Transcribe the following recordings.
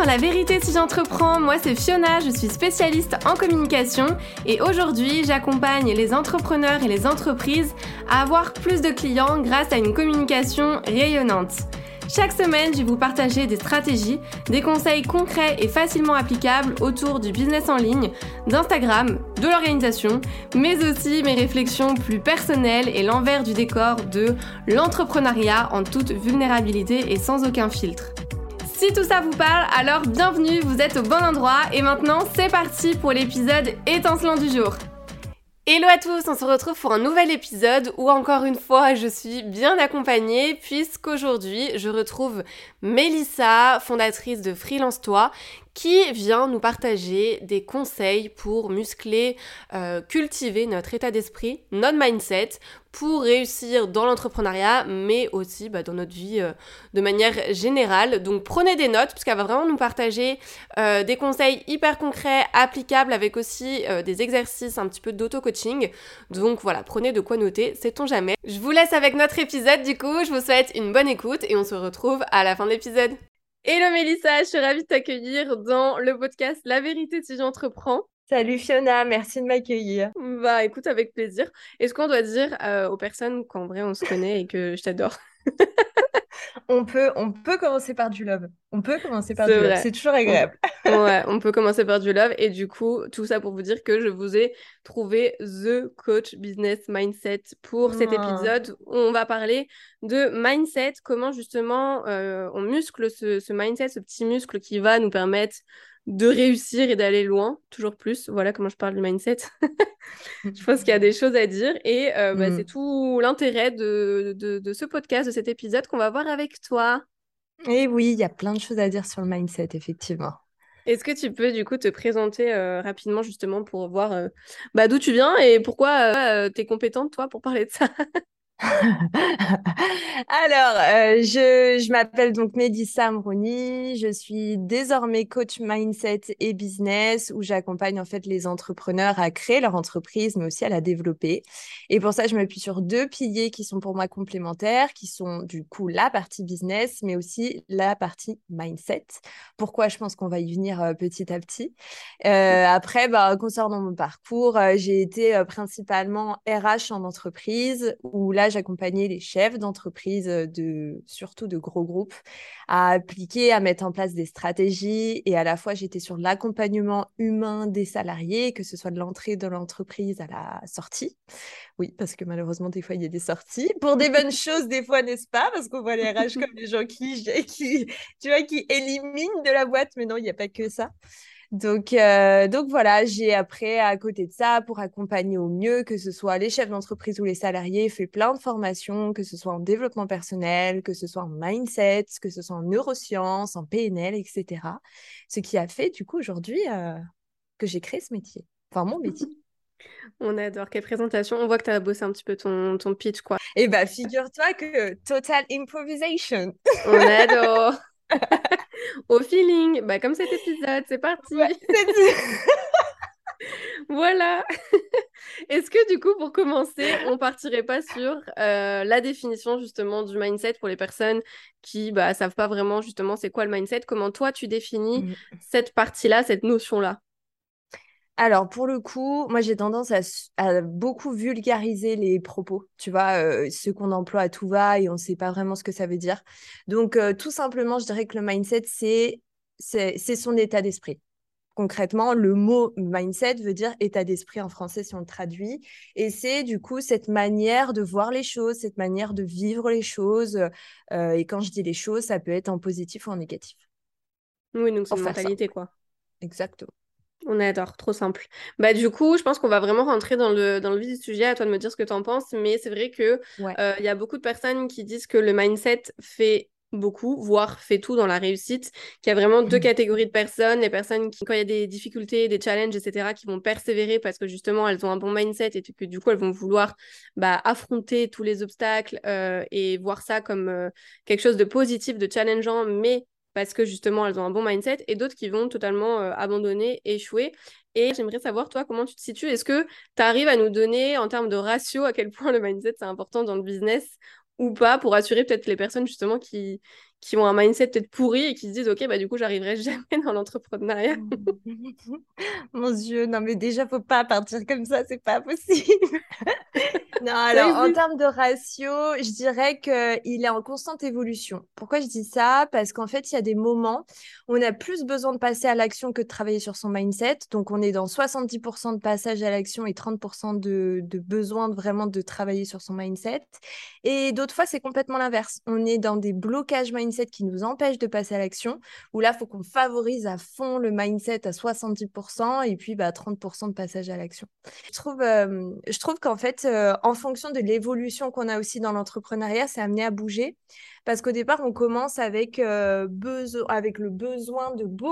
La vérité si j'entreprends, moi c'est Fiona, je suis spécialiste en communication et aujourd'hui j'accompagne les entrepreneurs et les entreprises à avoir plus de clients grâce à une communication rayonnante. Chaque semaine, je vais vous partager des stratégies, des conseils concrets et facilement applicables autour du business en ligne, d'Instagram, de l'organisation, mais aussi mes réflexions plus personnelles et l'envers du décor de l'entrepreneuriat en toute vulnérabilité et sans aucun filtre. Si tout ça vous parle, alors bienvenue, vous êtes au bon endroit et maintenant c'est parti pour l'épisode étincelant du jour. Hello à tous, on se retrouve pour un nouvel épisode où encore une fois je suis bien accompagnée puisqu'aujourd'hui je retrouve Mélissa, fondatrice de Freelance Toi, qui vient nous partager des conseils pour muscler, cultiver notre état d'esprit, notre mindset, pour réussir dans l'entrepreneuriat, mais aussi dans notre vie de manière générale. Donc prenez des notes, puisqu'elle va vraiment nous partager des conseils hyper concrets, applicables, avec aussi des exercices un petit peu d'auto-coaching. Donc voilà, prenez de quoi noter, sait-on jamais. Je vous laisse avec notre épisode du coup, je vous souhaite une bonne écoute et on se retrouve à la fin de l'épisode. Hello Mélissa, je suis ravie de t'accueillir dans le podcast La vérité si j'entreprends. Salut Fiona, merci de m'accueillir. Bah écoute, avec plaisir. Est-ce qu'on doit dire aux personnes qu'en vrai on se connaît et que je t'adore? On peut commencer par du love. On peut commencer par C'est du love, vrai. c'est toujours On... agréable. Ouais, on peut commencer par du love. Et du coup, tout ça pour vous dire que je vous ai trouvé The Coach Business Mindset pour cet Oh. épisode où on va parler de mindset, comment justement on muscle ce mindset, ce petit muscle qui va nous permettre de réussir et d'aller loin, toujours plus. Voilà comment je parle du mindset. Je pense qu'il y a des choses à dire et c'est Mm. tout l'intérêt de ce podcast, de cet épisode qu'on va voir avec toi. Et oui, il y a plein de choses à dire sur le mindset, effectivement. Est-ce que tu peux du coup te présenter rapidement justement pour voir d'où tu viens et pourquoi tu es compétente toi pour parler de ça? Alors, je m'appelle donc Mélissa Amrouni, je suis désormais coach mindset et business où j'accompagne en fait les entrepreneurs à créer leur entreprise mais aussi à la développer. Et pour ça, je m'appuie sur deux piliers qui sont pour moi complémentaires, qui sont du coup la partie business mais aussi la partie mindset. Pourquoi je pense qu'on va y venir petit à petit. Après, concernant mon parcours, j'ai été principalement RH en entreprise, où là, j'accompagnais les chefs d'entreprise, surtout de gros groupes, à appliquer, à mettre en place des stratégies. Et à la fois, j'étais sur l'accompagnement humain des salariés, que ce soit de l'entrée de l'entreprise à la sortie. Oui, parce que malheureusement, des fois, il y a des sorties. Pour des bonnes choses, des fois, n'est-ce pas? Parce qu'on voit les RH comme des gens tu vois, qui éliminent de la boîte, mais non, il n'y a pas que ça. Donc voilà, j'ai après, à côté de ça, pour accompagner au mieux, que ce soit les chefs d'entreprise ou les salariés, fait plein de formations, que ce soit en développement personnel, que ce soit en mindset, que ce soit en neurosciences, en PNL, etc. Ce qui a fait, du coup, aujourd'hui, que j'ai créé ce métier. Enfin, mon métier. On adore, quelle présentation. On voit que tu as bossé un petit peu ton pitch quoi. Et figure-toi que total improvisation. On adore. Au feeling, comme cet épisode, c'est Ouais, parti. c'est Voilà. Est-ce que du coup, pour commencer, on partirait pas sur la définition justement du mindset pour les personnes qui savent pas vraiment justement c'est quoi le mindset, comment toi tu définis Mm. cette partie-là, cette notion-là? Alors, pour le coup, moi, j'ai tendance à beaucoup vulgariser les propos, tu vois, ceux qu'on emploie à tout va et on ne sait pas vraiment ce que ça veut dire. Donc, tout simplement, je dirais que le mindset, c'est son état d'esprit. Concrètement, le mot mindset veut dire état d'esprit en français si on le traduit. Et c'est du coup cette manière de voir les choses, cette manière de vivre les choses. Et quand je dis les choses, ça peut être en positif ou en négatif. Oui, donc c'est Pour une faire mentalité simple. quoi. Exactement. On adore, trop simple. Du coup, je pense qu'on va vraiment rentrer dans le vif du sujet, à toi de me dire ce que tu en penses, mais c'est vrai que Ouais. il y a beaucoup de personnes qui disent que le mindset fait beaucoup, voire fait tout dans la réussite, qu'il y a vraiment deux catégories de personnes, les personnes qui, quand il y a des difficultés, des challenges, etc., qui vont persévérer parce que justement, elles ont un bon mindset et que du coup, elles vont vouloir affronter tous les obstacles et voir ça comme quelque chose de positif, de challengeant, mais parce que justement elles ont un bon mindset, et d'autres qui vont totalement abandonner, échouer. Et j'aimerais savoir, toi, comment tu te situes. Est-ce que tu arrives à nous donner, en termes de ratio, à quel point le mindset c'est important dans le business ou pas pour assurer peut-être les personnes justement qui ont un mindset peut-être pourri et qui se disent, OK, bah du coup, j'arriverai jamais dans l'entrepreneuriat. Mon Dieu, non mais déjà, faut pas partir comme ça, c'est pas possible. Non, Ça alors en existe. termes de ratio, je dirais qu'il est en constante évolution. Pourquoi je dis ça? Parce qu'en fait, il y a des moments où on a plus besoin de passer à l'action que de travailler sur son mindset. Donc, on est dans 70% de passage à l'action et 30% de besoin vraiment de travailler sur son mindset. Et d'autres fois, c'est complètement l'inverse. On est dans des blocages mindset qui nous empêchent de passer à l'action, où là, il faut qu'on favorise à fond le mindset à 70% et puis 30% de passage à l'action. Je trouve qu'en fait, en fonction de l'évolution qu'on a aussi dans l'entrepreneuriat, c'est amené à bouger. Parce qu'au départ, on commence avec, avec le besoin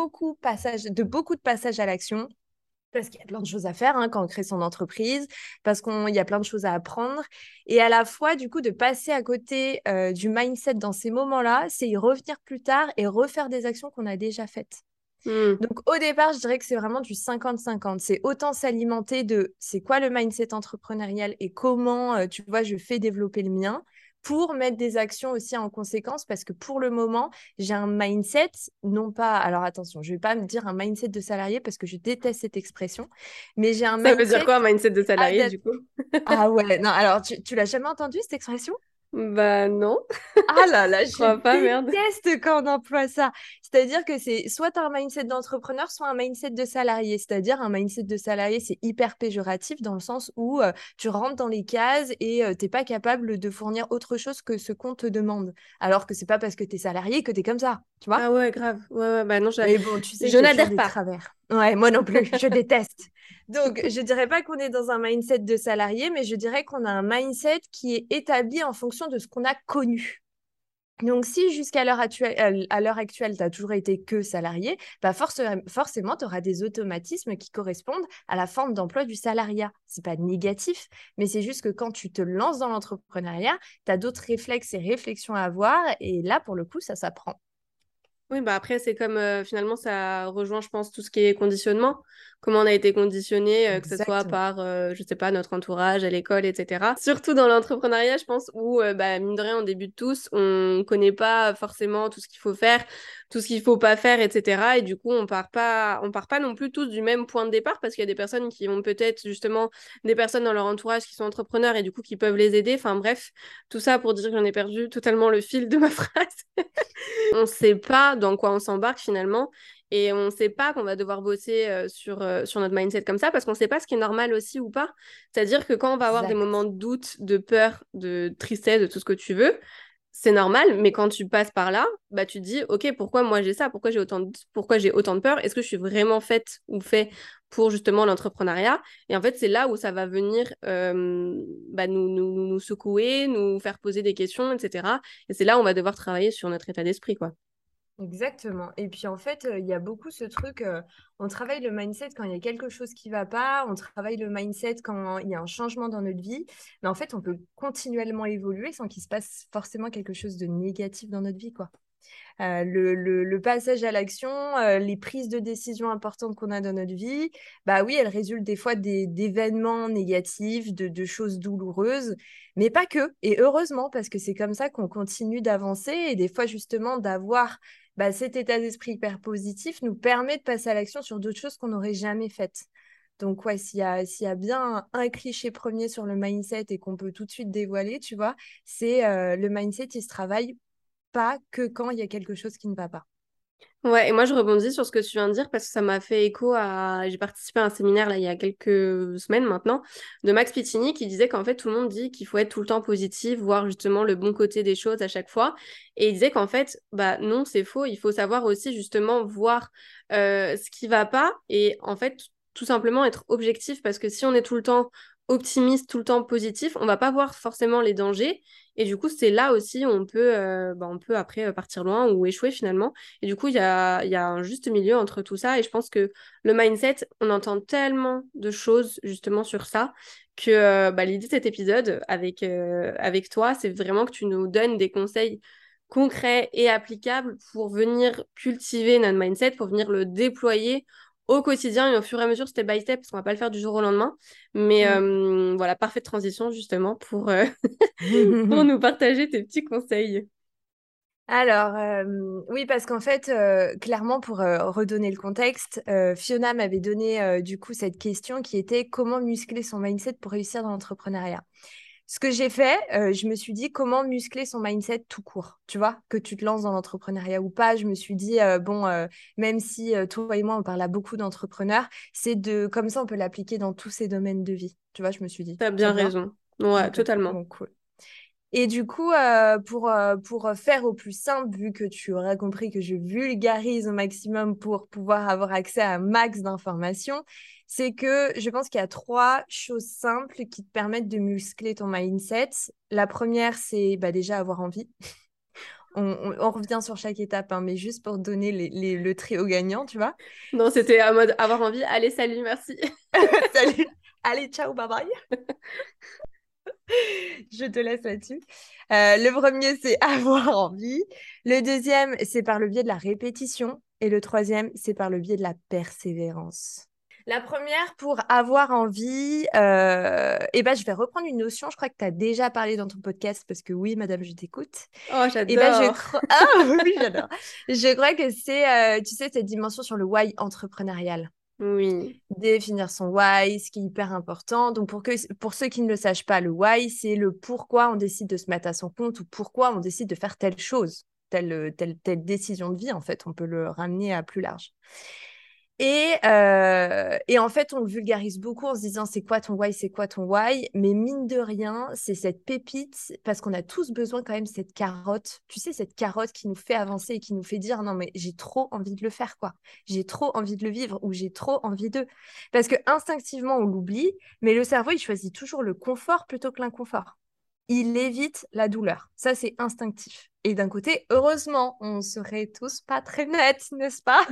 de beaucoup de passages à l'action. Parce qu'il y a plein de choses à faire quand on crée son entreprise, parce qu'il y a plein de choses à apprendre. Et à la fois, du coup, de passer à côté du mindset dans ces moments-là, c'est y revenir plus tard et refaire des actions qu'on a déjà faites. Hmm. Donc, au départ, je dirais que c'est vraiment du 50-50. C'est autant s'alimenter de c'est quoi le mindset entrepreneurial et comment, tu vois, je fais développer le mien pour mettre des actions aussi en conséquence parce que pour le moment, j'ai un mindset, non pas, alors attention, je ne vais pas me dire un mindset de salarié parce que je déteste cette expression, mais j'ai un Ça veut dire mindset quoi, un mindset de salarié, adapté. du coup? Ah ouais, non, alors tu l'as jamais entendu cette expression? Bah non, Ah là là, je je crois pas, merde. déteste quand on emploie ça. C'est-à-dire que c'est soit tu as un mindset d'entrepreneur, soit un mindset de salarié. C'est-à-dire un mindset de salarié, c'est hyper péjoratif dans le sens où tu rentres dans les cases et tu n'es pas capable de fournir autre chose que ce qu'on te demande. Alors que c'est pas parce que tu es salarié que tu es comme ça, tu vois? Ah ouais, grave. Ouais, ouais, bah non, Mais bon, tu sais je qu'il y a toujours n'adhère des pas. travers. Ouais, moi non plus, je déteste. Donc, je dirais pas qu'on est dans un mindset de salarié, mais je dirais qu'on a un mindset qui est établi en fonction de ce qu'on a connu. Donc, si jusqu'à l'heure actuelle, tu as toujours été que salarié, forcément, tu auras des automatismes qui correspondent à la forme d'emploi du salariat. C'est pas négatif, mais c'est juste que quand tu te lances dans l'entrepreneuriat, tu as d'autres réflexes et réflexions à avoir. Et là, pour le coup, ça s'apprend. Oui, bah après, c'est comme finalement, ça rejoint, je pense, tout ce qui est conditionnement. Comment on a été conditionné, que ce soit Exactement. par, je sais pas, notre entourage, à l'école, etc. Surtout dans l'entrepreneuriat, je pense, où, bah, mine de rien, on débute tous, on connaît pas forcément tout ce qu'il faut faire, tout ce qu'il faut pas faire, etc. Et du coup, on part pas non plus tous du même point de départ parce qu'il y a des personnes qui ont peut-être justement des personnes dans leur entourage qui sont entrepreneurs et du coup qui peuvent les aider. Enfin bref, tout ça pour dire que j'en ai perdu totalement le fil de ma phrase. On ne sait pas dans quoi on s'embarque finalement et on ne sait pas qu'on va devoir bosser sur notre mindset comme ça parce qu'on ne sait pas ce qui est normal aussi ou pas. C'est-à-dire que quand on va avoir des moments Exact. de doute, de peur, de tristesse, de tout ce que tu veux, c'est normal, mais quand tu passes par là, bah tu te dis, ok, pourquoi moi j'ai ça? Pourquoi j'ai autant de peur? Est-ce que je suis vraiment faite ou fait pour justement l'entrepreneuriat? Et en fait, c'est là où ça va venir bah, nous secouer, nous faire poser des questions, etc. Et c'est là où on va devoir travailler sur notre état d'esprit, quoi. Exactement. Et puis en fait, il y a beaucoup ce truc, on travaille le mindset quand il y a quelque chose qui va pas, on travaille le mindset quand il y a un changement dans notre vie, mais en fait, on peut continuellement évoluer sans qu'il se passe forcément quelque chose de négatif dans notre vie, quoi. Le passage à l'action, les prises de décision importantes qu'on a dans notre vie, bah oui, elles résultent des fois d'événements négatifs, de choses douloureuses, mais pas que. Et heureusement, parce que c'est comme ça qu'on continue d'avancer et des fois justement d'avoir cet état d'esprit hyper positif nous permet de passer à l'action sur d'autres choses qu'on n'aurait jamais faites. Donc ouais, s'il y a bien un cliché premier sur le mindset et qu'on peut tout de suite dévoiler, tu vois, c'est le mindset, il se travaille pas que quand il y a quelque chose qui ne va pas. Ouais, et moi je rebondis sur ce que tu viens de dire parce que ça m'a fait écho à... J'ai participé à un séminaire là il y a quelques semaines maintenant de Max Pittini qui disait qu'en fait tout le monde dit qu'il faut être tout le temps positif, voir justement le bon côté des choses à chaque fois. Et il disait qu'en fait, bah non, c'est faux. Il faut savoir aussi justement voir ce qui va pas et en fait tout simplement être objectif parce que si on est tout le temps optimiste, tout le temps positif, on va pas voir forcément les dangers. Et du coup, c'est là aussi où on peut après partir loin ou échouer finalement. Et du coup, il y a un juste milieu entre tout ça. Et je pense que le mindset, on entend tellement de choses justement sur ça que bah, l'idée de cet épisode avec toi, c'est vraiment que tu nous donnes des conseils concrets et applicables pour venir cultiver notre mindset, pour venir le déployer au quotidien et au fur et à mesure, step by step, parce qu'on va pas le faire du jour au lendemain. Mais voilà, parfaite transition justement pour Mm. nous partager tes petits conseils. Alors, oui, parce qu'en fait, clairement, pour redonner le contexte, Fiona m'avait donné du coup cette question qui était comment muscler son mindset pour réussir dans l'entrepreneuriat. Ce que j'ai fait, je me suis dit comment muscler son mindset tout court, tu vois, que tu te lances dans l'entrepreneuriat ou pas. Je me suis dit, bon, même si toi et moi, on parle à beaucoup d'entrepreneurs, comme ça, on peut l'appliquer dans tous ces domaines de vie. Tu vois, je me suis dit, T'as ça bien te va? raison. Ouais, Ok, totalement. bon, cool. Et du coup, pour faire au plus simple, vu que tu auras compris que je vulgarise au maximum pour pouvoir avoir accès à un max d'informations, c'est que je pense qu'il y a trois choses simples qui te permettent de muscler ton mindset. La première, c'est bah, déjà avoir envie. On revient sur chaque étape, hein, mais juste pour donner le trio gagnant, tu vois. Non, c'était à mode avoir envie. Allez, salut, merci. Salut. Allez, ciao, bye bye. Je te laisse là-dessus. Le premier, c'est avoir envie. Le deuxième, c'est par le biais de la répétition. Et le troisième, c'est par le biais de la persévérance. La première, pour avoir envie, je vais reprendre une notion, je crois que tu as déjà parlé dans ton podcast, parce que oui, madame, je t'écoute. Oh, Je j'adore. crois... Ah oui, j'adore. Je crois que c'est, tu sais, cette dimension sur le why entrepreneurial. Oui. Définir son why, ce qui est hyper important. Donc, pour ceux qui ne le sachent pas, le why, c'est le pourquoi on décide de se mettre à son compte ou pourquoi on décide de faire telle chose, telle décision de vie, en fait. On peut le ramener à plus large. Et en fait, on le vulgarise beaucoup en se disant c'est quoi ton why, c'est quoi ton why. Mais mine de rien, c'est cette pépite, parce qu'on a tous besoin quand même de cette carotte. Tu sais, cette carotte qui nous fait avancer et qui nous fait dire non, mais j'ai trop envie de le faire, quoi. J'ai trop envie de le vivre ou j'ai trop envie de. Parce que instinctivement, on l'oublie, mais le cerveau, il choisit toujours le confort plutôt que l'inconfort. Il évite la douleur. Ça, c'est instinctif. Et d'un côté, heureusement, on serait tous pas très nets, n'est-ce pas?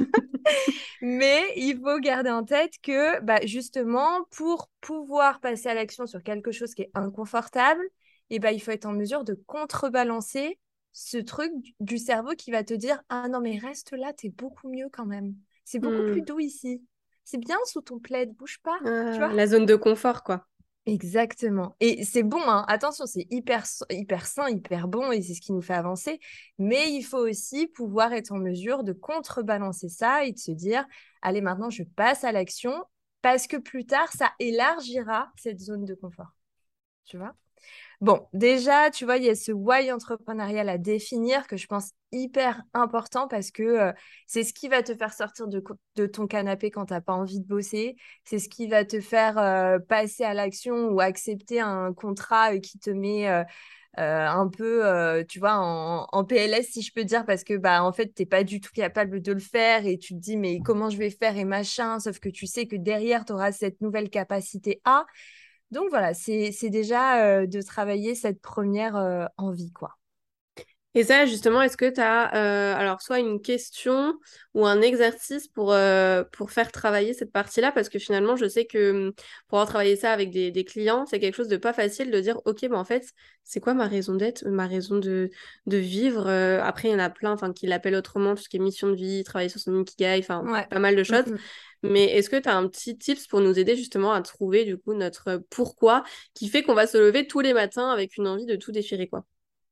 Mais il faut garder en tête que bah, justement, pour pouvoir passer à l'action sur quelque chose qui est inconfortable, il faut être en mesure de contrebalancer ce truc du cerveau qui va te dire ah non, mais reste là, t'es beaucoup mieux quand même. C'est beaucoup plus Hmm. doux ici. C'est bien sous ton plaid, bouge pas, tu vois? La zone de confort, quoi. Exactement. Et c'est bon, hein. Attention, c'est hyper sain, hyper bon et c'est ce qui nous fait avancer. Mais il faut aussi pouvoir être en mesure de contrebalancer ça et de se dire, allez, maintenant, je passe à l'action parce que plus tard, ça élargira cette zone de confort. Tu vois? Bon, déjà, tu vois, il y a ce why entrepreneurial à définir que je pense hyper important parce que c'est ce qui va te faire sortir de ton canapé quand tu n'as pas envie de bosser. C'est ce qui va te faire passer à l'action ou accepter un contrat qui te met un peu, tu vois, en PLS, si je peux dire, parce que, bah, en fait, tu n'es pas du tout capable de le faire et tu te dis, mais comment je vais faire et machin, sauf que tu sais que derrière, tu auras cette nouvelle capacité A. Donc voilà, c'est déjà de travailler cette première envie, quoi. Et ça, justement, est-ce que tu as alors soit une question ou un exercice pour faire travailler cette partie-là? Parce que finalement, je sais que pour avoir travaillé ça avec des clients, c'est quelque chose de pas facile de dire, OK, bah en fait, c'est quoi ma raison d'être, ma raison de vivre? Après, il y en a plein enfin, qui l'appellent autrement, tout ce qui est mission de vie, travailler sur son ikigai, enfin, Ouais. pas mal de Mm, choses. mm. Mais est-ce que tu as un petit tips pour nous aider justement à trouver du coup notre pourquoi qui fait qu'on va se lever tous les matins avec une envie de tout déchirer, quoi?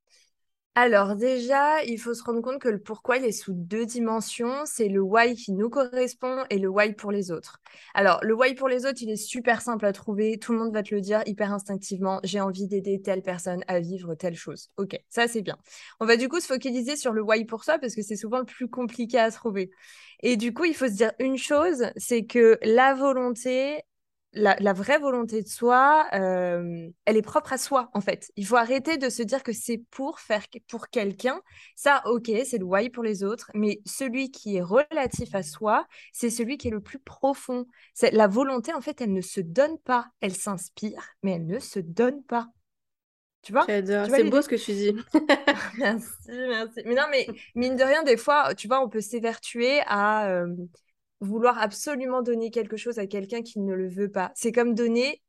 Alors déjà, il faut se rendre compte que le pourquoi, il est sous deux dimensions. C'est le why qui nous correspond et le why pour les autres. Alors, le why pour les autres, il est super simple à trouver. Tout le monde va te le dire hyper instinctivement. J'ai envie d'aider telle personne à vivre telle chose. Ok, ça c'est bien. On va du coup se focaliser sur le why pour soi parce que c'est souvent le plus compliqué à trouver. Et du coup, il faut se dire une chose, c'est que la volonté, la vraie volonté de soi, elle est propre à soi, en fait. Il faut arrêter de se dire que c'est pour faire pour quelqu'un. Ça, ok, c'est le why pour les autres, mais celui qui est relatif à soi, c'est celui qui est le plus profond. La volonté, en fait, elle ne se donne pas. Elle s'inspire, mais elle ne se donne pas. Tu vois? J'adore. Tu vois C'est beau l'idée? ce que tu dis. Merci, merci. Mais non, mais mine de rien, des fois, tu vois, on peut s'évertuer à vouloir absolument donner quelque chose à quelqu'un qui ne le veut pas. C'est comme donner.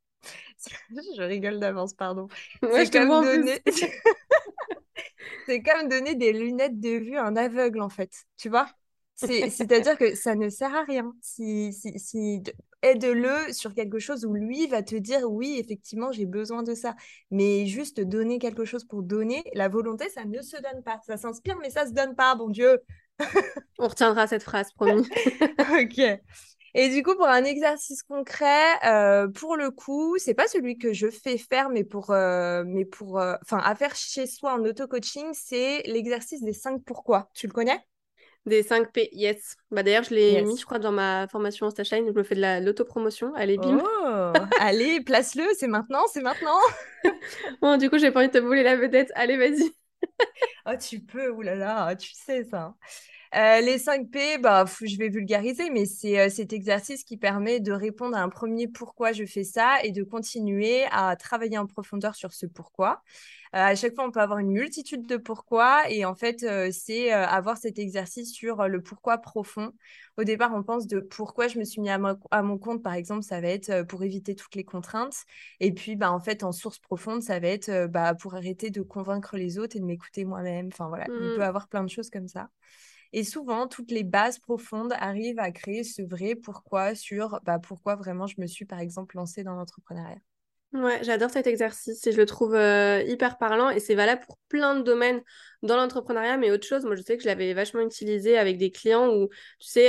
Je rigole d'avance, pardon. Ouais, C'est je te vois comme en plus. donner. C'est comme donner des lunettes de vue à un aveugle, en fait. Tu vois? C'est-à-dire que ça ne sert à rien. Aide-le sur quelque chose où lui va te dire oui, effectivement, j'ai besoin de ça. Mais juste donner quelque chose pour donner, la volonté, ça ne se donne pas. Ça s'inspire, mais ça se donne pas, bon Dieu. On retiendra cette phrase, promis. Ok. Et du coup, pour un exercice concret, pour le coup, c'est pas celui que je fais faire, enfin, à faire chez soi en auto-coaching, c'est l'exercice des 5 pourquoi. Tu le connais? Des 5 P, yes. Bah d'ailleurs, je l'ai mis, Yes. je crois, dans ma formation en stage line. Je me fais de l'autopromotion. Allez, bim. Oh, allez, place-le, c'est maintenant, c'est maintenant. Bon, du coup, j'ai pas envie de te voler la vedette. Allez, vas-y. Oh, tu peux, oulala, tu sais ça. Les 5 P, bah, je vais vulgariser, mais c'est cet exercice qui permet de répondre à un premier pourquoi je fais ça et de continuer à travailler en profondeur sur ce pourquoi. À chaque fois, on peut avoir une multitude de pourquoi et en fait, c'est avoir cet exercice sur le pourquoi profond. Au départ, on pense de pourquoi je me suis mis à mon compte, par exemple, ça va être pour éviter toutes les contraintes. Et puis, bah, en fait, en source profonde, ça va être bah, pour arrêter de convaincre les autres et de m'écouter moi-même. Enfin, voilà, il peut y Mm. avoir plein de choses comme ça. Et souvent, toutes les bases profondes arrivent à créer ce vrai pourquoi sur bah, pourquoi vraiment je me suis, par exemple, lancée dans l'entrepreneuriat. Ouais, j'adore cet exercice et je le trouve hyper parlant et c'est valable pour plein de domaines dans l'entrepreneuriat, mais autre chose, moi je sais que je l'avais vachement utilisé avec des clients ou tu sais,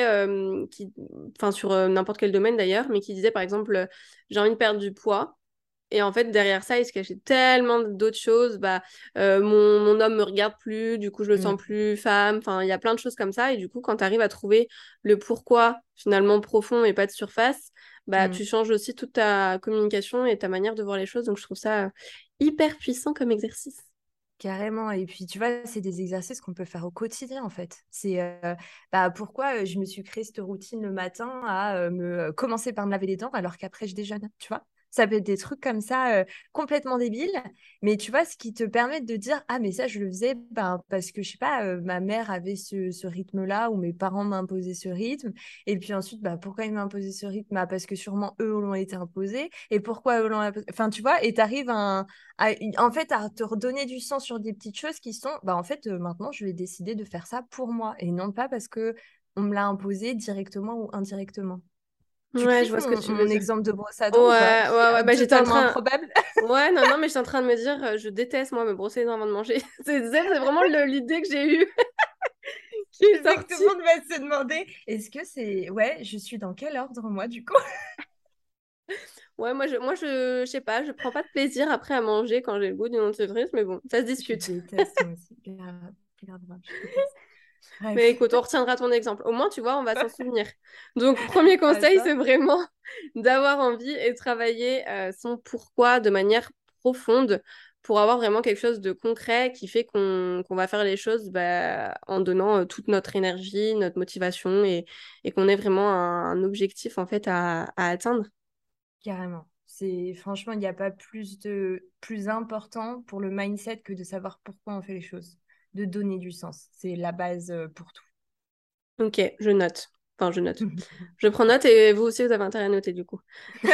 enfin sur n'importe quel domaine d'ailleurs, mais qui disaient par exemple, j'ai envie de perdre du poids. Et en fait, derrière ça, il se cachait tellement d'autres choses. Bah, mon homme me regarde plus, du coup, je me sens Mm, plus femme. Enfin, il y a plein de choses comme ça. Et du coup, quand tu arrives à trouver le pourquoi finalement profond et pas de surface, bah, mm. tu changes aussi toute ta communication et ta manière de voir les choses. Donc, je trouve ça hyper puissant comme exercice. Carrément. Et puis, tu vois, c'est des exercices qu'on peut faire au quotidien, en fait. C'est bah, pourquoi je me suis créé cette routine le matin à commencer par me laver les dents alors qu'après, je déjeune, tu vois? Ça peut être des trucs comme ça complètement débiles. Mais tu vois, ce qui te permet de dire, ah, mais ça, je le faisais ben, parce que, je sais pas, ma mère avait ce rythme-là ou mes parents m'imposaient ce rythme. Et puis ensuite, bah, pourquoi ils m'imposaient ce rythme? Bah, parce que sûrement eux l'ont été imposé. Et pourquoi eux l'ont imposé? Enfin, tu vois, et tu arrives en fait, à te redonner du sens sur des petites choses qui sont, bah, en fait, maintenant, je vais décider de faire ça pour moi et non pas parce que on me l'a imposé directement ou indirectement. Tu Ouais, je kiffes vois ce que tu veux mon dire. exemple de brosse à Ouais, dents ou pas, qui ouais, ouais. est Bah, j'étais en totalement train. improbable? Ouais, non, non, mais j'étais en train de me dire, je déteste, moi, me brosser les dents avant de manger. C'est vraiment l'idée que j'ai eue qui est Je sais que tout sortie. le monde va se demander, est-ce que c'est... Ouais, je suis dans quel ordre, moi, du coup? Ouais, je sais pas, je prends pas de plaisir après à manger quand j'ai le goût d'une dentifrice, mais bon, ça se Je discute. déteste, moi aussi. Grave, grave, grave, je déteste. Mais Bref. écoute, on retiendra ton exemple. Au moins, tu vois, on va s'en souvenir. Donc, premier Ah, conseil, ça, c'est vraiment d'avoir envie et de travailler son pourquoi de manière profonde pour avoir vraiment quelque chose de concret qui fait qu'on va faire les choses bah, en donnant toute notre énergie, notre motivation et qu'on ait vraiment un objectif en fait à atteindre. carrément. C'est franchement, il n'y a pas plus important pour le mindset que de savoir pourquoi on fait les choses, de donner du sens. C'est la base pour tout. Ok, je note. Enfin, je note. Je prends note et vous aussi, vous avez intérêt à noter du coup.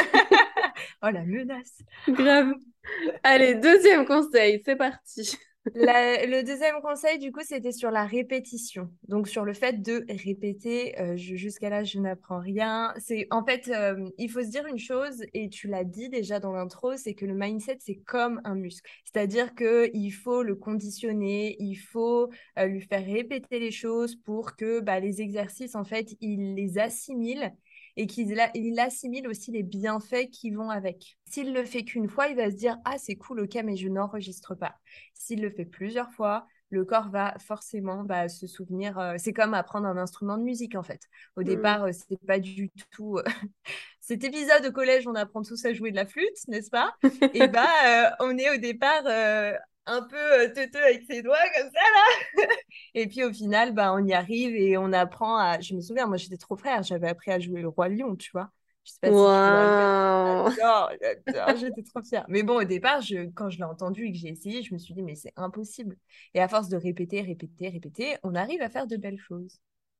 Oh la menace. Grave. Allez, deuxième conseil, c'est parti. Le deuxième conseil, du coup, c'était sur la répétition. Donc, sur le fait de répéter, jusqu'à là, je n'apprends rien. C'est, en fait, il faut se dire une chose, et tu l'as dit déjà dans l'intro, c'est que le mindset, c'est comme un muscle. C'est-à-dire qu'il faut le conditionner, il faut lui faire répéter les choses pour que bah, les exercices, en fait, il les assimile et il assimile aussi les bienfaits qui vont avec. S'il le fait qu'une fois, il va se dire, ah, c'est cool, ok, mais je n'enregistre pas. S'il le fait plusieurs fois, le corps va forcément bah, se souvenir. C'est comme apprendre un instrument de musique, en fait. Au Hmm. départ, c'est pas du tout. Cet épisode au collège, on apprend tous à jouer de la flûte, n'est-ce pas? Et bah, on est au départ un peu teuteux avec ses doigts, comme ça, là. Et puis, au final, bah, on y arrive et on apprend à. Je me souviens, moi, j'étais trop frère. J'avais appris à jouer le Roi Lion, tu vois. Je sais pas si tu vois lequel. Waouh. J'adore, j'étais trop fière. Mais bon, au départ, quand je l'ai entendu et que j'ai essayé, je me suis dit, mais c'est impossible. Et à force de répéter, répéter, répéter, on arrive à faire de belles choses.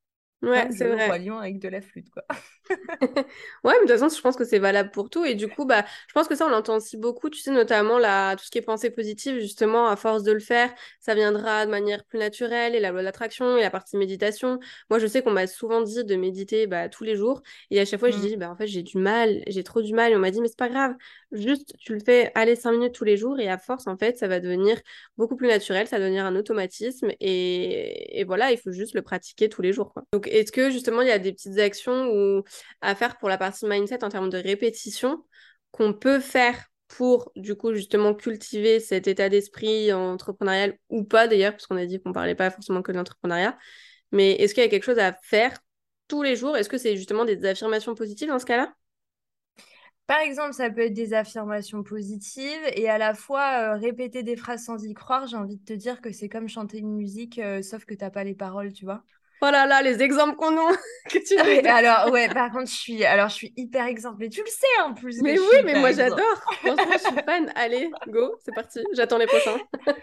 Ouais, Comme c'est jouer au Roi vrai. Lion avec de la flûte, quoi. Ouais, mais de toute façon, je pense que c'est valable pour tout. Et du coup, bah, je pense que ça, on l'entend aussi beaucoup, tu sais, notamment tout ce qui est pensée positive, justement, à force de le faire, ça viendra de manière plus naturelle, et la loi de l'attraction, et la partie méditation. Moi, je sais qu'on m'a souvent dit de méditer bah, tous les jours. Et à chaque fois, je Mm. dis, bah, en fait, j'ai du mal, j'ai trop du mal. Et on m'a dit, mais c'est pas grave, juste, tu le fais, aller 5 minutes tous les jours, et à force, en fait, ça va devenir beaucoup plus naturel, ça va devenir un automatisme. Et voilà, il faut juste le pratiquer tous les jours, quoi. Donc, est-ce que, justement, il y a des petites actions où à faire pour la partie mindset en termes de répétition qu'on peut faire pour, du coup, justement cultiver cet état d'esprit entrepreneurial ou pas d'ailleurs, parce qu'on a dit qu'on parlait pas forcément que de l'entrepreneuriat. Mais est-ce qu'il y a quelque chose à faire tous les jours? Est-ce que c'est justement des affirmations positives dans ce cas-là? Par exemple, ça peut être des affirmations positives et à la fois répéter des phrases sans y croire. J'ai envie de te dire que c'est comme chanter une musique, sauf que t'as pas les paroles, tu vois. Oh là là, les exemples qu'on a, que tu nous Ouais, donnes. alors, ouais, par contre, je suis hyper exemple. Mais tu le sais en plus que Mais je oui, suis mais hyper moi exemple. j'adore. Franchement, je suis fan. Allez, go, c'est parti. J'attends les prochains.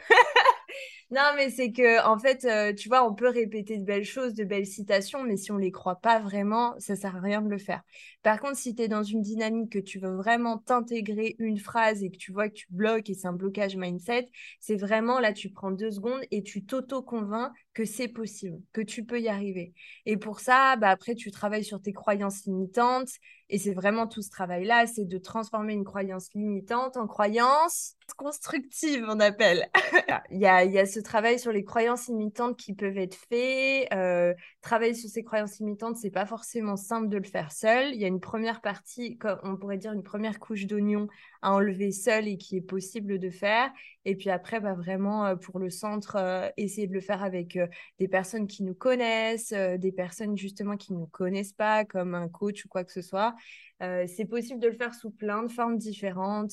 Non, mais c'est que, en fait, tu vois, on peut répéter de belles choses, de belles citations, mais si on les croit pas vraiment, ça sert à rien de le faire. Par contre, si tu es dans une dynamique que tu veux vraiment t'intégrer une phrase et que tu vois que tu bloques et c'est un blocage mindset, c'est vraiment là, tu prends 2 secondes et tu t'auto-convaincs que c'est possible, que tu peux y arriver. Et pour ça, bah, après, tu travailles sur tes croyances limitantes. Et c'est vraiment tout ce travail-là, c'est de transformer une croyance limitante en croyance constructive, on appelle. Il y a ce travail sur les croyances limitantes qui peuvent être faits. Travailler sur ces croyances limitantes, c'est pas forcément simple de le faire seul. Il y a une première partie, on pourrait dire une première couche d'oignon à enlever seul et qui est possible de faire. Et puis après, bah, vraiment, pour le centre, essayer de le faire avec des personnes qui nous connaissent, des personnes justement qui ne nous connaissent pas, comme un coach ou quoi que ce soit. C'est possible de le faire sous plein de formes différentes.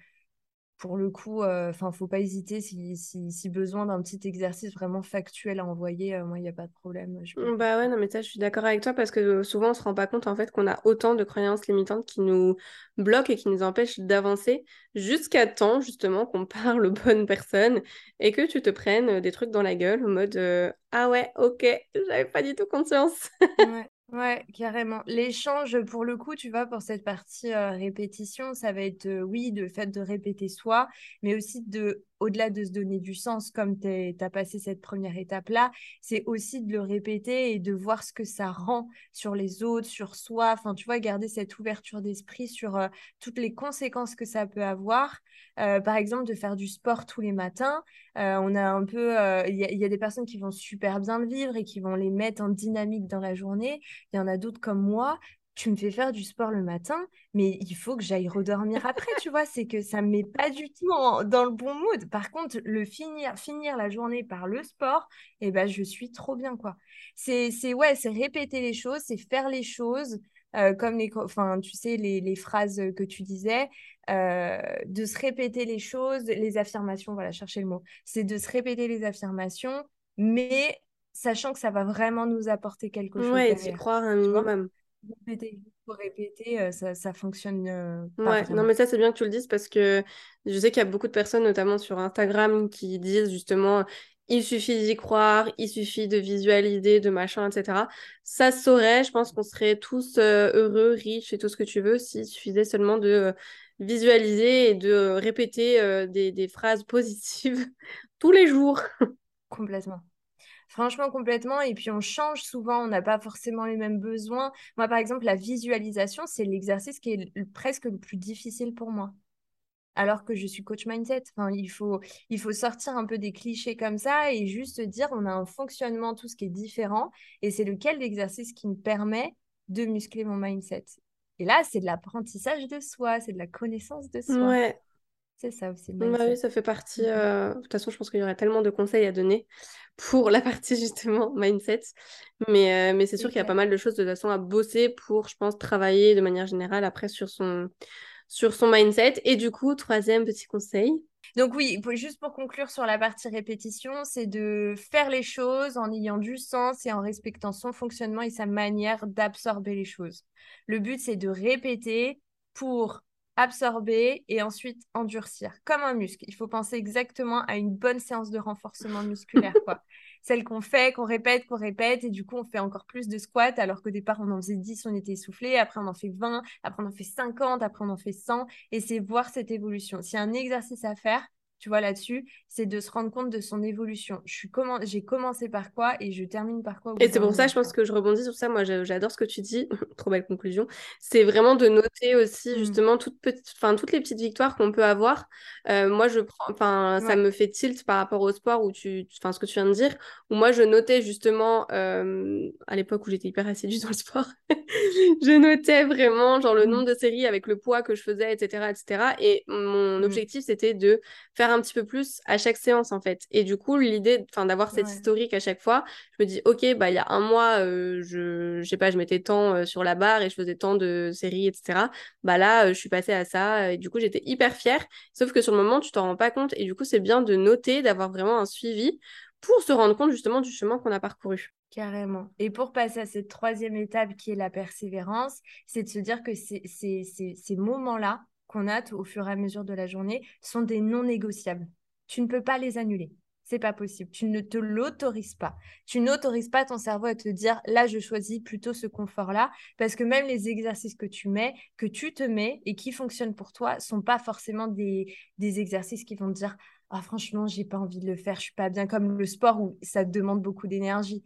Pour le coup, enfin, faut pas hésiter si besoin d'un petit exercice vraiment factuel à envoyer. Moi, il n'y a pas de problème, je peux le faire. Bah ouais, non, mais ça, je suis d'accord avec toi parce que souvent, on se rend pas compte en fait qu'on a autant de croyances limitantes qui nous bloquent et qui nous empêchent d'avancer jusqu'à temps, justement, qu'on parle aux bonnes personnes et que tu te prennes des trucs dans la gueule au mode ah ouais, ok, j'avais pas du tout conscience. Ouais, ouais, carrément. L'échange, pour le coup, tu vois, pour cette partie répétition, ça va être, oui, le fait de répéter soi, mais aussi au-delà de se donner du sens, comme tu as passé cette première étape-là, c'est aussi de le répéter et de voir ce que ça rend sur les autres, sur soi. Enfin, tu vois, garder cette ouverture d'esprit sur toutes les conséquences que ça peut avoir. Par exemple, de faire du sport tous les matins. On a un peu, il y a des personnes qui vont super bien le vivre et qui vont les mettre en dynamique dans la journée. Il y en a d'autres comme moi. Tu me fais faire du sport le matin, mais il faut que j'aille redormir après, tu vois. C'est que ça me met pas du tout dans le bon mood. Par contre, finir la journée par le sport, eh ben, je suis trop bien, quoi. Ouais, c'est répéter les choses, c'est faire les choses. Comme enfin, tu sais, les phrases que tu disais, de se répéter les choses, les affirmations, voilà, chercher le mot, c'est de se répéter les affirmations, mais sachant que ça va vraiment nous apporter quelque chose Ouais, d'y derrière, croire un tu vois. minimum. Répéter juste pour répéter, ça fonctionne pas Ouais, non vraiment. mais ça c'est bien que tu le dises parce que je sais qu'il y a beaucoup de personnes, notamment sur Instagram, qui disent justement il suffit d'y croire, il suffit de visualiser, de machin, etc. Ça se saurait, je pense qu'on serait tous heureux, riches et tout ce que tu veux s'il suffisait seulement de visualiser et de répéter des phrases positives tous les jours. Complètement. Franchement, complètement. Et puis, on change souvent, on n'a pas forcément les mêmes besoins. Moi, par exemple, la visualisation, c'est l'exercice qui est presque le plus difficile pour moi. Alors que je suis coach mindset. Enfin, il faut sortir un peu des clichés comme ça et juste se dire on a un fonctionnement, tout ce qui est différent, et c'est lequel l'exercice qui me permet de muscler mon mindset. Et là, c'est de l'apprentissage de soi, c'est de la connaissance de soi. Ouais, C'est ça aussi le bah oui, mindset. ça fait partie. Mhm. De toute façon, je pense qu'il y aurait tellement de conseils à donner pour la partie justement mindset. Mais c'est sûr C'est qu'il y a pas clair. mal de choses de toute façon à bosser pour, je pense, travailler de manière générale après sur son mindset. Et du coup, troisième petit conseil. Donc oui, juste pour conclure sur la partie répétition, c'est de faire les choses en ayant du sens et en respectant son fonctionnement et sa manière d'absorber les choses. Le but, c'est de répéter pour absorber et ensuite endurcir, comme un muscle. Il faut penser exactement à une bonne séance de renforcement musculaire, quoi. Celle qu'on fait, qu'on répète, et du coup, on fait encore plus de squats, alors qu'au départ, on en faisait 10, on était essoufflé, après on en fait 20, après on en fait 50, après on en fait 100, et c'est voir cette évolution. S'il y a un exercice à faire, tu vois, là-dessus, c'est de se rendre compte de son évolution. J'ai commencé par quoi et je termine par quoi au Et bout c'est d'un pour ça, moment, je tu pense vois. que je rebondis sur ça. Moi, j'adore ce que tu dis. Trop belle conclusion. C'est vraiment de noter aussi, Mm. justement, enfin, toutes les petites victoires qu'on peut avoir. Moi, enfin, ça Ouais. me fait tilt par rapport au sport enfin, ce que tu viens de dire, où moi, je notais justement, à l'époque où j'étais hyper assidue dans le sport, je notais vraiment, genre, le nombre Mm. de séries avec le poids que je faisais, etc., etc. Et mon Mm. objectif, c'était de faire un petit peu plus à chaque séance, en fait. Et du coup, l'idée, enfin, d'avoir cette Ouais. historique à chaque fois, je me dis, ok, bah, il y a un mois, je sais pas, je mettais tant sur la barre et je faisais tant de séries, etc. Bah là, je suis passée à ça et du coup, j'étais hyper fière. Sauf que sur le moment, tu t'en rends pas compte et du coup, c'est bien de noter, d'avoir vraiment un suivi pour se rendre compte justement du chemin qu'on a parcouru. Carrément. Et pour passer à cette troisième étape qui est la persévérance, c'est de se dire que ces moments-là qu'on a au fur et à mesure de la journée sont des non négociables. Tu ne peux pas les annuler. C'est pas possible. Tu ne te l'autorises pas. Tu n'autorises pas ton cerveau à te dire là, je choisis plutôt ce confort-là, parce que même les exercices que tu mets, que tu te mets et qui fonctionnent pour toi, sont pas forcément des exercices qui vont te dire ah, franchement, j'ai pas envie de le faire, je suis pas bien comme le sport où ça te demande beaucoup d'énergie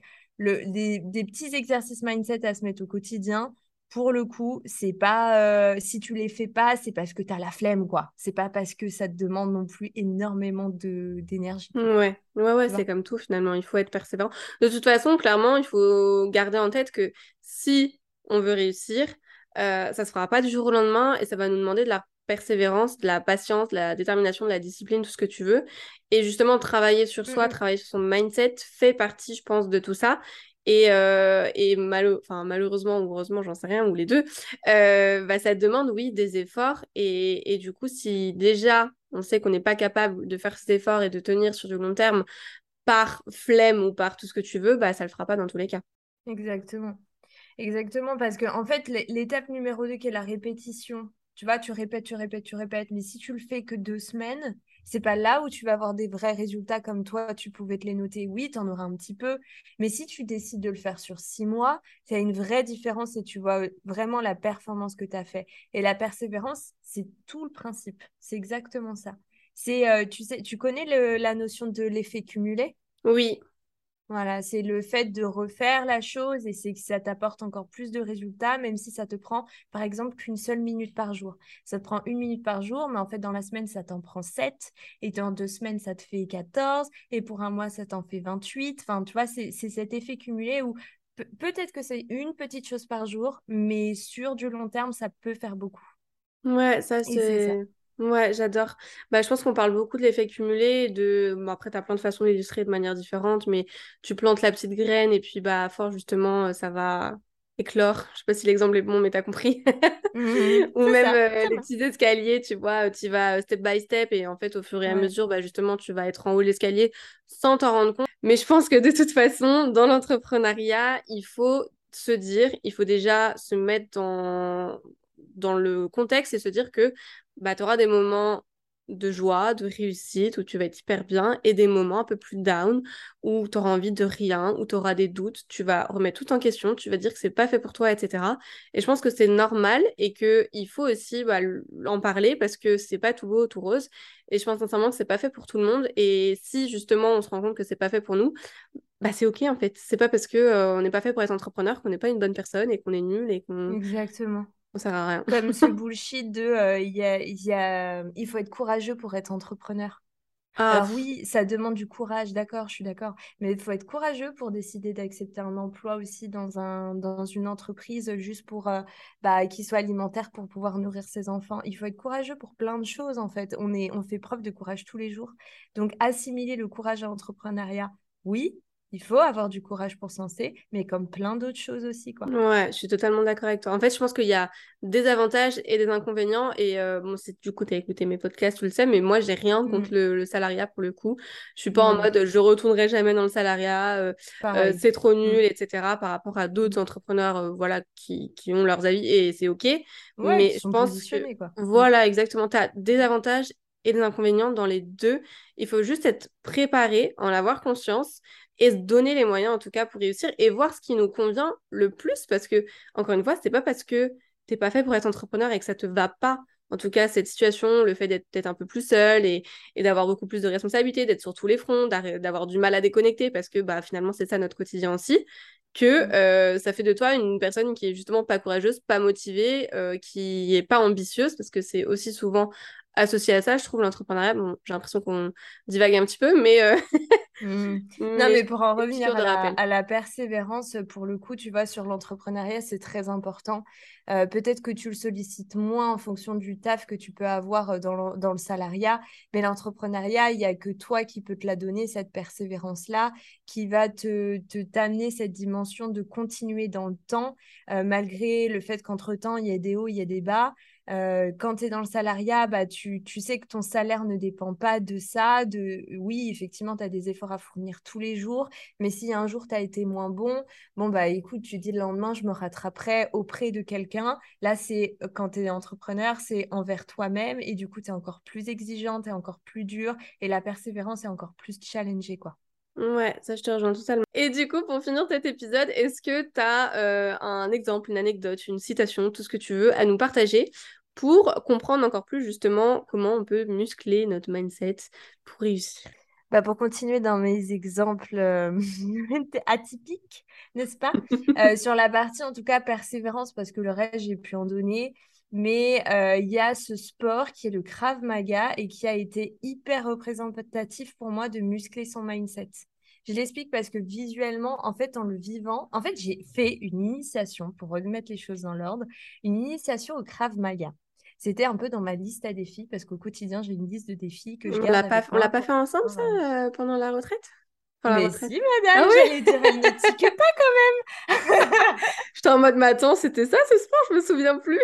des petits exercices mindset à se mettre au quotidien, pour le coup, c'est pas si tu les fais pas, c'est parce que tu as la flemme, quoi. C'est pas parce que ça te demande non plus énormément d'énergie, quoi. Ouais, Tu c'est vois? comme tout finalement, il faut être persévérant. De toute façon, clairement, il faut garder en tête que si on veut réussir, ça se fera pas du jour au lendemain et ça va nous demander de la persévérance, de la patience, de la détermination, de la discipline, tout ce que tu veux. Et justement, travailler sur soi, Mm, travailler sur son mindset fait partie, je pense, de tout ça. Enfin, malheureusement ou heureusement, j'en sais rien, ou les deux, bah, ça demande, oui, des efforts. Et du coup, si déjà on sait qu'on n'est pas capable de faire cet effort et de tenir sur du long terme par flemme ou par tout ce que tu veux, bah ça le fera pas dans tous les cas. exactement. Exactement, parce que en fait, l'étape numéro 2 qui est la répétition, tu vois, tu répètes, tu répètes, tu répètes, mais si tu le fais que 2 semaines, c'est pas là où tu vas avoir des vrais résultats comme toi, tu pouvais te les noter. Oui, tu en auras un petit peu, mais si tu décides de le faire sur 6 mois, il y a une vraie différence et tu vois vraiment la performance que tu as fait. Et la persévérance, c'est tout le principe. C'est exactement ça. Tu sais, tu connais la notion de l'effet cumulé? Oui, Voilà, c'est le fait de refaire la chose et c'est que ça t'apporte encore plus de résultats, même si ça te prend, par exemple, qu'une seule minute par jour. Ça te prend 1 minute par jour, mais en fait, dans la semaine, ça t'en prend 7, et dans 2 semaines, ça te fait 14, et pour un mois, ça t'en fait 28. Enfin, tu vois, c'est cet effet cumulé où peut-être que c'est une petite chose par jour, mais sur du long terme, ça peut faire beaucoup. ouais, ça Et c'est ça. c'est... Ouais, j'adore. Bah, je pense qu'on parle beaucoup de l'effet cumulé, Bon, après, t'as plein de façons d'illustrer de manière différente, mais tu plantes la petite graine et puis, bah, à force, justement, ça va éclore. Je sais pas si l'exemple est bon, mais t'as compris. Mhm. Ou C'est même ça, ça les va. petits escaliers, tu vois, tu vas step by step et en fait, au fur et à Ouais. mesure, bah, justement, tu vas être en haut de l'escalier sans t'en rendre compte. Mais je pense que de toute façon, dans l'entrepreneuriat, il faut se dire, il faut déjà se mettre dans le contexte et se dire que bah, tu auras des moments de joie, de réussite, où tu vas être hyper bien, et des moments un peu plus down, où tu auras envie de rien, où tu auras des doutes, tu vas remettre tout en question, tu vas dire que c'est pas fait pour toi, etc. Et je pense que c'est normal et que il faut aussi bah, en parler parce que c'est pas tout beau, tout rose. Et je pense sincèrement que c'est pas fait pour tout le monde. Et si justement on se rend compte que c'est pas fait pour nous, bah c'est ok en fait. C'est pas parce que on n'est pas fait pour être entrepreneur qu'on n'est pas une bonne personne et qu'on est nul et Exactement. qu'on sert à rien. Comme ce bullshit de il faut être courageux pour être entrepreneur. Ah, Alors oui, ça demande du courage, d'accord, je suis d'accord. Mais il faut être courageux pour décider d'accepter un emploi aussi dans une entreprise juste pour qu'il soit alimentaire pour pouvoir nourrir ses enfants. Il faut être courageux pour plein de choses en fait. On fait preuve de courage tous les jours. Donc assimiler le courage à l'entrepreneuriat, oui. Il faut avoir du courage pour se lancer, mais comme plein d'autres choses aussi, quoi. Ouais, je suis totalement d'accord avec toi. En fait, je pense qu'il y a des avantages et des inconvénients. Et bon, c'est du coup, t'as écouté mes podcasts, tu le sais, mais moi, j'ai rien contre Mm. le salariat pour le coup. Je suis pas Moi en non mode plus. je retournerai jamais dans le salariat, Pareil. c'est trop Mm. nul, etc. par rapport à d'autres Mm. entrepreneurs, voilà, qui ont leurs avis et c'est OK. Ouais, qui Mais je sont pense que, positionnés, quoi. Mm. voilà, exactement, t'as des avantages et des inconvénients dans les deux. Il faut juste être préparé, en avoir conscience et se donner les moyens en tout cas pour réussir et voir ce qui nous convient le plus parce que encore une fois c'est pas parce que t'es pas fait pour être entrepreneur et que ça te va pas en tout cas cette situation le fait d'être peut-être un peu plus seul et d'avoir beaucoup plus de responsabilités d'être sur tous les fronts d'avoir du mal à déconnecter parce que bah finalement c'est ça notre quotidien aussi que Mm. ça fait de toi une personne qui est justement pas courageuse, pas motivée, qui est pas ambitieuse parce que c'est aussi souvent associé à ça, je trouve l'entrepreneuriat. Bon, j'ai l'impression qu'on divague un petit peu, mais Mm. Non, mais mais pour en des revenir piqûres de rappel. à la persévérance, pour le coup, tu vois, sur l'entrepreneuriat, c'est très important. Peut-être que tu le sollicites moins en fonction du taf que tu peux avoir dans le salariat, mais l'entrepreneuriat, il n'y a que toi qui peux te la donner, cette persévérance-là, qui va t'amener cette dimension de continuer dans le temps, malgré le fait qu'entre-temps, il y a des hauts, il y a des bas. Quand tu es dans le salariat, bah, tu sais que ton salaire ne dépend pas de ça. Oui, effectivement, tu as des efforts à fournir tous les jours, mais si un jour tu as été moins bon, bon, bah écoute, tu dis le lendemain, je me rattraperai auprès de quelqu'un. Là, c'est quand tu es entrepreneur, c'est envers toi-même et du coup, tu es encore plus exigeante, tu es encore plus dur et la persévérance est encore plus challengée, quoi. Ouais, ça je te rejoins totalement. Et du coup, pour finir cet épisode, est-ce que tu as un exemple, une anecdote, une citation, tout ce que tu veux à nous partager pour comprendre encore plus justement comment on peut muscler notre mindset pour réussir? Bah, pour continuer dans mes exemples atypiques, n'est-ce pas? Sur la partie, en tout cas, persévérance, parce que le reste, j'ai pu en donner. Mais il y a ce sport qui est le Krav Maga et qui a été hyper représentatif pour moi de muscler son mindset. Je l'explique parce que visuellement, en fait, en le vivant, en fait, j'ai fait une initiation, pour remettre les choses dans l'ordre, une initiation au Krav Maga. C'était un peu dans ma liste à défis parce qu'au quotidien, j'ai une liste de défis que je garde avec On l'a moi pas pour fait ensemble ça pouvoir. pendant la retraite? Enfin la Mais retraite. si, Ah madame, oui? j'allais dire, elle ne tique pas quand même. J'étais en mode, mais attends, c'était ça ce sport? Je me souviens plus.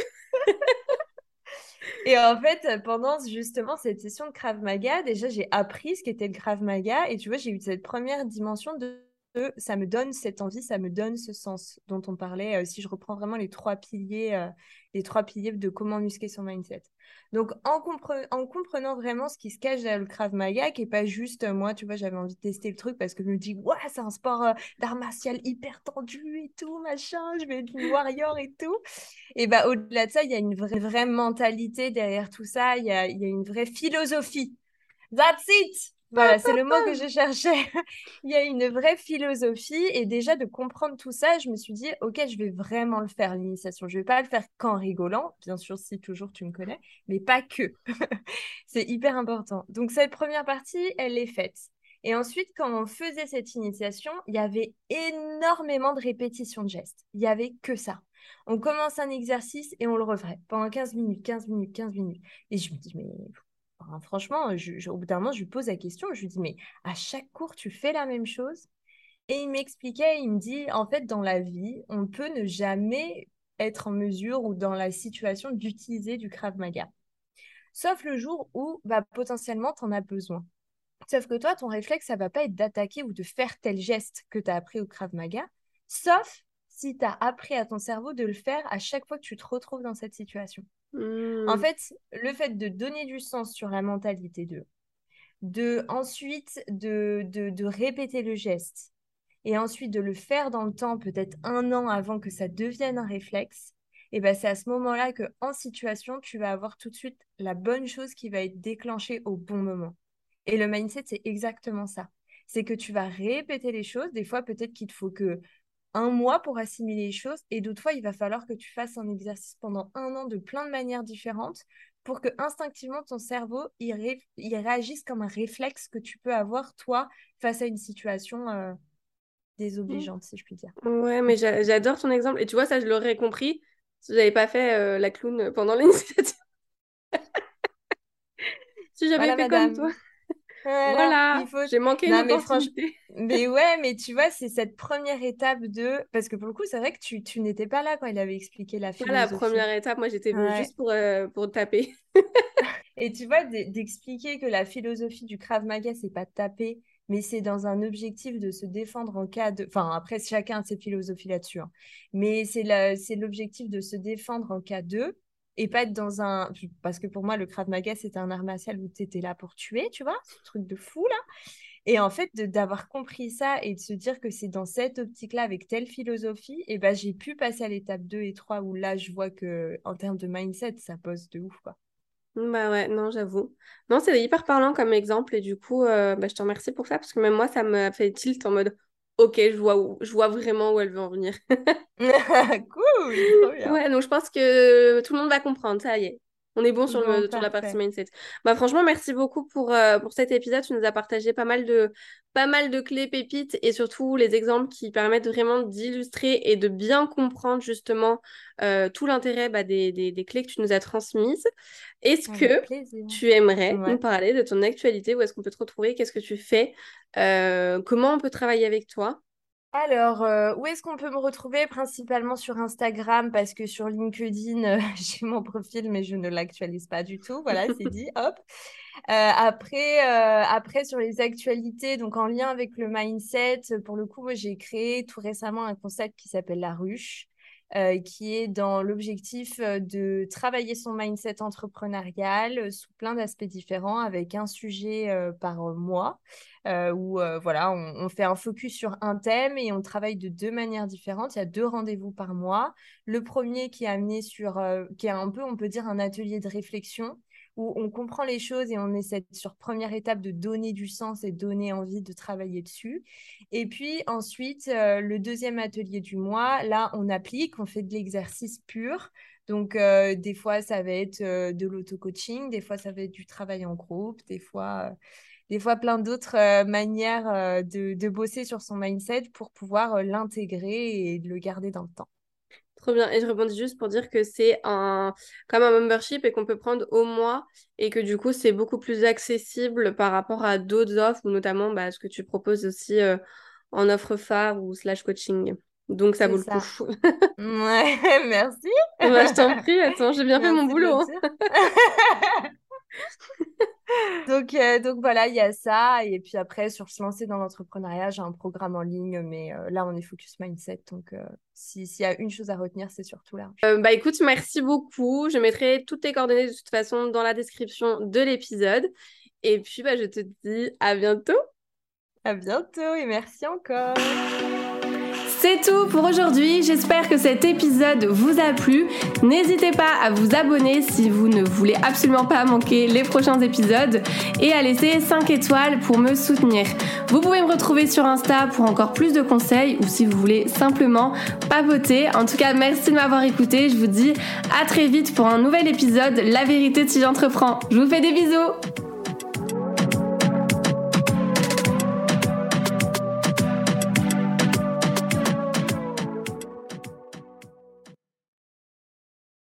Et en fait, pendant justement cette session de Krav Maga, déjà, j'ai appris ce qu'était le Krav Maga. Et tu vois, j'ai eu cette première dimension de ça me donne cette envie, ça me donne ce sens dont on parlait. Si je reprends vraiment les trois piliers de comment muscler son mindset. Donc, en comprenant vraiment ce qui se cache derrière le Krav Maga, qui est pas juste moi, tu vois, j'avais envie de tester le truc parce que je me dis, ouais, c'est un sport d'art martial hyper tendu et tout, machin, je vais être une warrior et tout. Et bah, au-delà de ça, il y a une vraie mentalité derrière tout ça. Il y a une vraie philosophie. That's it! Voilà, c'est le mot que je cherchais. Il y a une vraie philosophie. Et déjà, de comprendre tout ça, je me suis dit, OK, je vais vraiment le faire, l'initiation. Je vais pas le faire qu'en rigolant. Bien sûr, si toujours tu me connais, mais pas que. C'est hyper important. Donc, cette première partie, elle est faite. Et ensuite, quand on faisait cette initiation, il y avait énormément de répétitions de gestes. Il y avait que ça. On commence un exercice et on le refait pendant 15 minutes, 15 minutes, 15 minutes. Et je me dis, mais enfin, franchement, au bout d'un moment, je lui pose la question. Je lui dis, mais à chaque cours, tu fais la même chose? Et il m'expliquait, il me dit, en fait, dans la vie, on peut ne jamais être en mesure ou dans la situation d'utiliser du Krav Maga. Sauf le jour où bah, potentiellement, tu en as besoin. Sauf que toi, ton réflexe, ça va pas être d'attaquer ou de faire tel geste que tu as appris au Krav Maga, sauf si tu as appris à ton cerveau de le faire à chaque fois que tu te retrouves dans cette situation. En Hmm. fait, le fait de donner du sens sur la mentalité de ensuite de répéter le geste et ensuite de le faire dans le temps, peut-être un an avant que ça devienne un réflexe, et ben c'est à ce moment-là que en situation, tu vas avoir tout de suite la bonne chose qui va être déclenchée au bon moment. Et le mindset, c'est exactement ça. C'est que tu vas répéter les choses. Des fois, peut-être qu'il te faut que un mois pour assimiler les choses. Et d'autres fois, il va falloir que tu fasses un exercice pendant un an de plein de manières différentes pour que instinctivement, ton cerveau, il réagisse comme un réflexe que tu peux avoir, toi, face à une situation désobligeante, si je puis dire. Ouais, mais j'adore ton exemple. Et tu vois, ça, je l'aurais compris si j'avais pas fait la clown pendant l'initiative. Si j'avais Voilà, fait comme toi. madame. Voilà, Voilà, il faut. j'ai manqué une Non, mais franchement, opportunité. mais ouais, mais tu vois, c'est cette première étape parce que pour le coup, c'est vrai que tu n'étais pas là quand il avait expliqué la Pas la philosophie. première étape, moi j'étais venue Ouais. juste pour taper. Et tu vois, d'expliquer que la philosophie du Krav Maga, c'est pas de taper, mais c'est dans un objectif de se défendre en cas de. Enfin, après, chacun a ses philosophies là-dessus, hein. Mais c'est l'objectif de se défendre en cas de, et pas être dans un. Parce que pour moi, le Krav Maga, c'était un art martial où tu étais là pour tuer, tu vois, ce truc de fou, là. Et en fait, d'avoir compris ça et de se dire que c'est dans cette optique-là, avec telle philosophie, et ben, j'ai pu passer à l'étape 2 et 3 où là, je vois que en termes de mindset, ça pose de ouf, quoi. Bah ouais, non, j'avoue. Non, c'est hyper parlant comme exemple et du coup, bah, je te remercie pour ça parce que même moi, ça m'a fait tilt en mode, ok, je vois vraiment où elle veut en venir. Cool, trop bien. Ouais, donc je pense que tout le monde va comprendre, ça y est. On est bon Bon, sur la partie parfait. mindset. Bah franchement, merci beaucoup pour cet épisode. Tu nous as partagé pas mal de clés pépites et surtout les exemples qui permettent vraiment d'illustrer et de bien comprendre justement tout l'intérêt des clés que tu nous as transmises. Est-ce Avec que plaisir. tu aimerais nous Ouais. parler de ton actualité? Où est-ce qu'on peut te retrouver? Qu'est-ce que tu fais? Comment on peut travailler avec toi? Alors, où est-ce qu'on peut me retrouver? Principalement sur Instagram, parce que sur LinkedIn, j'ai mon profil, mais je ne l'actualise pas du tout. Voilà, c'est dit, hop. Après, sur les actualités, donc en lien avec le mindset, pour le coup, moi, j'ai créé tout récemment un concept qui s'appelle la ruche, qui est dans l'objectif de travailler son mindset entrepreneurial sous plein d'aspects différents, avec un sujet par mois, où voilà, on fait un focus sur un thème et on travaille de deux manières différentes. Il y a deux rendez-vous par mois. Le premier qui est amené qui est un peu, on peut dire, un atelier de réflexion où on comprend les choses et on essaie sur première étape de donner du sens et donner envie de travailler dessus. Et puis ensuite, le deuxième atelier du mois, là, on applique, on fait de l'exercice pur. Donc, des fois, ça va être de l'auto-coaching, des fois, ça va être du travail en groupe, des fois plein d'autres manières de bosser sur son mindset pour pouvoir l'intégrer et le garder dans le temps. Trop bien. Et je rebondis juste pour dire que comme un membership et qu'on peut prendre au mois et que du coup, c'est beaucoup plus accessible par rapport à d'autres offres, ou notamment ce que tu proposes aussi en offre phare ou slash coaching. Donc, ça C'est vaut le coup. ça. Ouais, merci. Bah, je t'en prie, attends, j'ai bien fait mon Merci de le boulot, dire. hein. Donc voilà, il y a ça. Et puis après, sur se lancer dans l'entrepreneuriat, j'ai un programme en ligne, mais là, on est focus mindset. Donc, s'il y a une chose à retenir, c'est surtout là. Bah écoute, merci beaucoup. Je mettrai toutes tes coordonnées de toute façon dans la description de l'épisode. Et puis, je te dis à bientôt. À bientôt et merci encore. C'est tout pour aujourd'hui, j'espère que cet épisode vous a plu. N'hésitez pas à vous abonner si vous ne voulez absolument pas manquer les prochains épisodes et à laisser 5 étoiles pour me soutenir. Vous pouvez me retrouver sur Insta pour encore plus de conseils ou si vous voulez simplement papoter. En tout cas, merci de m'avoir écouté. Je vous dis à très vite pour un nouvel épisode La vérité si j'entreprends. Je vous fais des bisous.